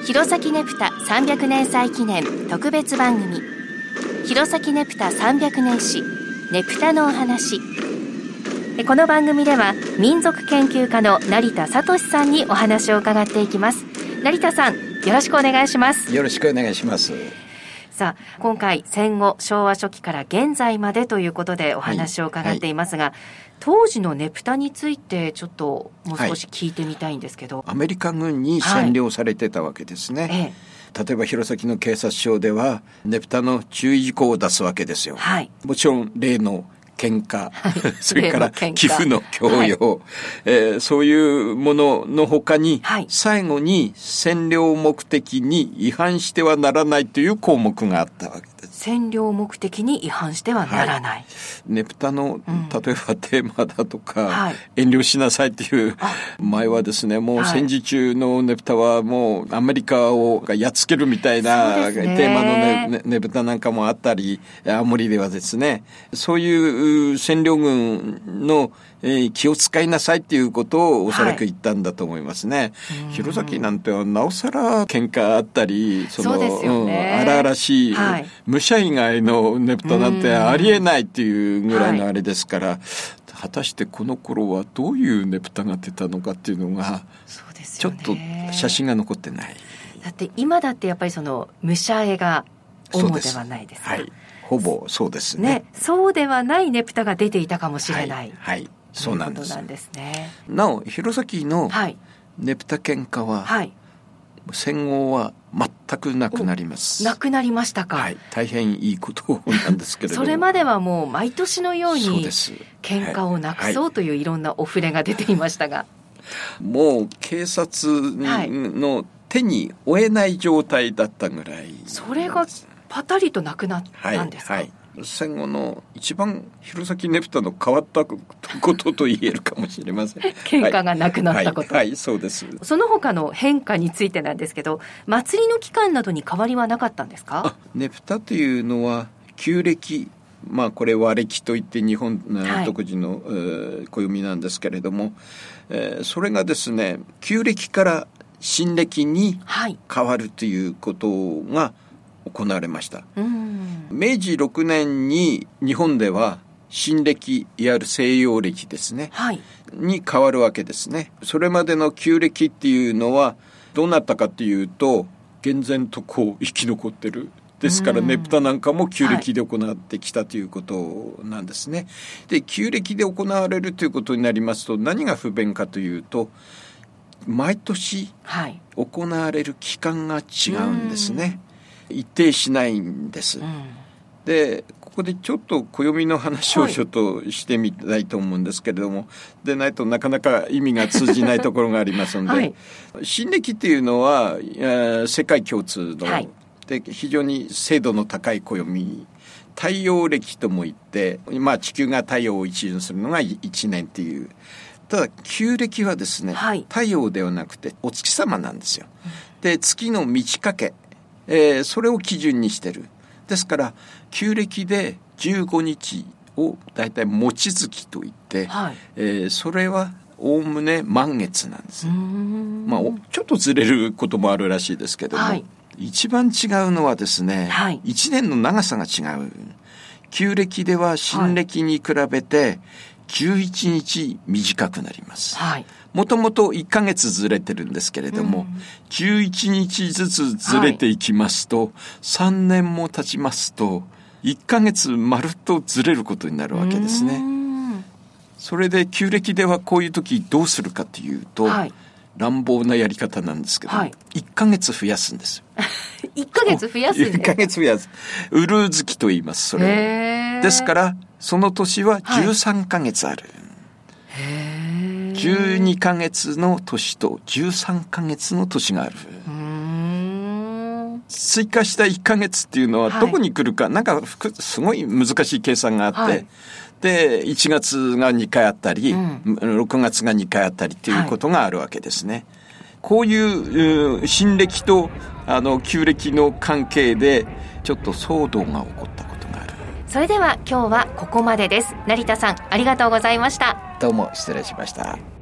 弘前ねぷた300年祭記念特別番組、弘前ねぷた300年史ねぷたのお話。この番組では民族研究家の成田聡さんにお話を伺っていきます。成田さん、よろしくお願いします。 よろしくお願いします。 さあ、今回戦後昭和初期から現在までということでお話を伺っていますが、当時のねぷたについてちょっともう少し聞いてみたいんですけど、 アメリカ軍に占領されてたわけですね、例えば弘前の警察署ではねぷたの注意事項を出すわけですよ、もちろん例の喧嘩それから寄付の強要、そういうものの他に、最後に占領目的に違反してはならないという項目があったわけです。 占領目的に違反してはならない、 ねぷたの例えばテーマだとか、遠慮しなさいっていう前はですね、もう戦時中のねぷたはもうアメリカをやっつけるみたいなテーマのねぷたなんかもあったり、青森ではですね、そういう占領軍の気を使いなさいっていうことをおそらく言ったんだと思いますね、弘前なんてはなおさら喧嘩あったり、 そうですよね、 荒々しい、武者以外のねぷたなんてありえないっていうぐらいのあれですから、果たしてこの頃はどういうねぷたが出たのかっていうのがちょっと写真が残ってない。 だって今だってやっぱりその武者絵が主ではないですか。 ほぼそうですね。 そうではないねぷたが出ていたかもしれない、 そうなんです。 そうなんですね。 なお弘前のねぷた喧嘩は、戦後は全くなくなります。 なくなりましたか。 大変いいことなんですけれどもそれまではもう毎年のように喧嘩をなくそうといういろんなお触れが出ていましたが、 もう警察の手に負えない状態だったぐらい。 それがパタリとなくなったんですか。 戦後の一番弘前ねぷたの変わったことと言えるかもしれません喧嘩がなくなったこと、 そうです。 その他の変化についてなんですけど、祭りの期間などに変わりはなかったんですか。 ねぷたというのは旧暦、これ和暦といって日本独自の、暦なんですけれども、それがですね、旧暦から新暦に変わるということが行われました、明治6年に日本では新暦、いわゆる西洋暦ですね、に変わるわけですね。それまでの旧暦っていうのはどうなったかっていうと、厳然とこう生き残ってる。ですからねぷたなんかも旧暦で行ってきたということなんですね、で旧暦で行われるということになりますと、何が不便かというと、毎年行われる期間が違うんですね、一定しないんです、でここでちょっと暦の話をちょっとしてみたいと思うんですけれども、でないとなかなか意味が通じないところがありますので、新暦っていうのは世界共通の、で非常に精度の高い暦、太陽暦ともいって、地球が太陽を一巡するのが1年っていう。ただ旧暦はですね、太陽ではなくてお月様なんですよ、で月の満ち欠け、それを基準にしてる。ですから旧暦で15日をだいたい望月といって、それはおおむね満月なんです。ちょっとずれることもあるらしいですけども、一番違うのはですね、1年の長さが違う。旧暦では新暦に比べて11日短くなります。もともと1ヶ月ずれてるんですけれども、11日ずつずれていきますと、3年も経ちますと1ヶ月まるっとずれることになるわけですね。それで旧暦ではこういう時どうするかというと、乱暴なやり方なんですけど、1ヶ月増やすんですよ。 1ヶ月増やすんですか。 1ヶ月増やす。うる月と言います、それを。ですからその年は13ヶ月ある、12ヶ月の年と13ヶ月の年がある。追加した1ヶ月っていうのはどこに来るか、なんかすごい難しい計算があって、で1月が2回あったり、6月が2回あったりっていうことがあるわけですね。こういう新暦と旧暦の関係でちょっと騒動が起こったことがある。 それでは今日はここまでです。成田さん、ありがとうございました。 どうも失礼しました。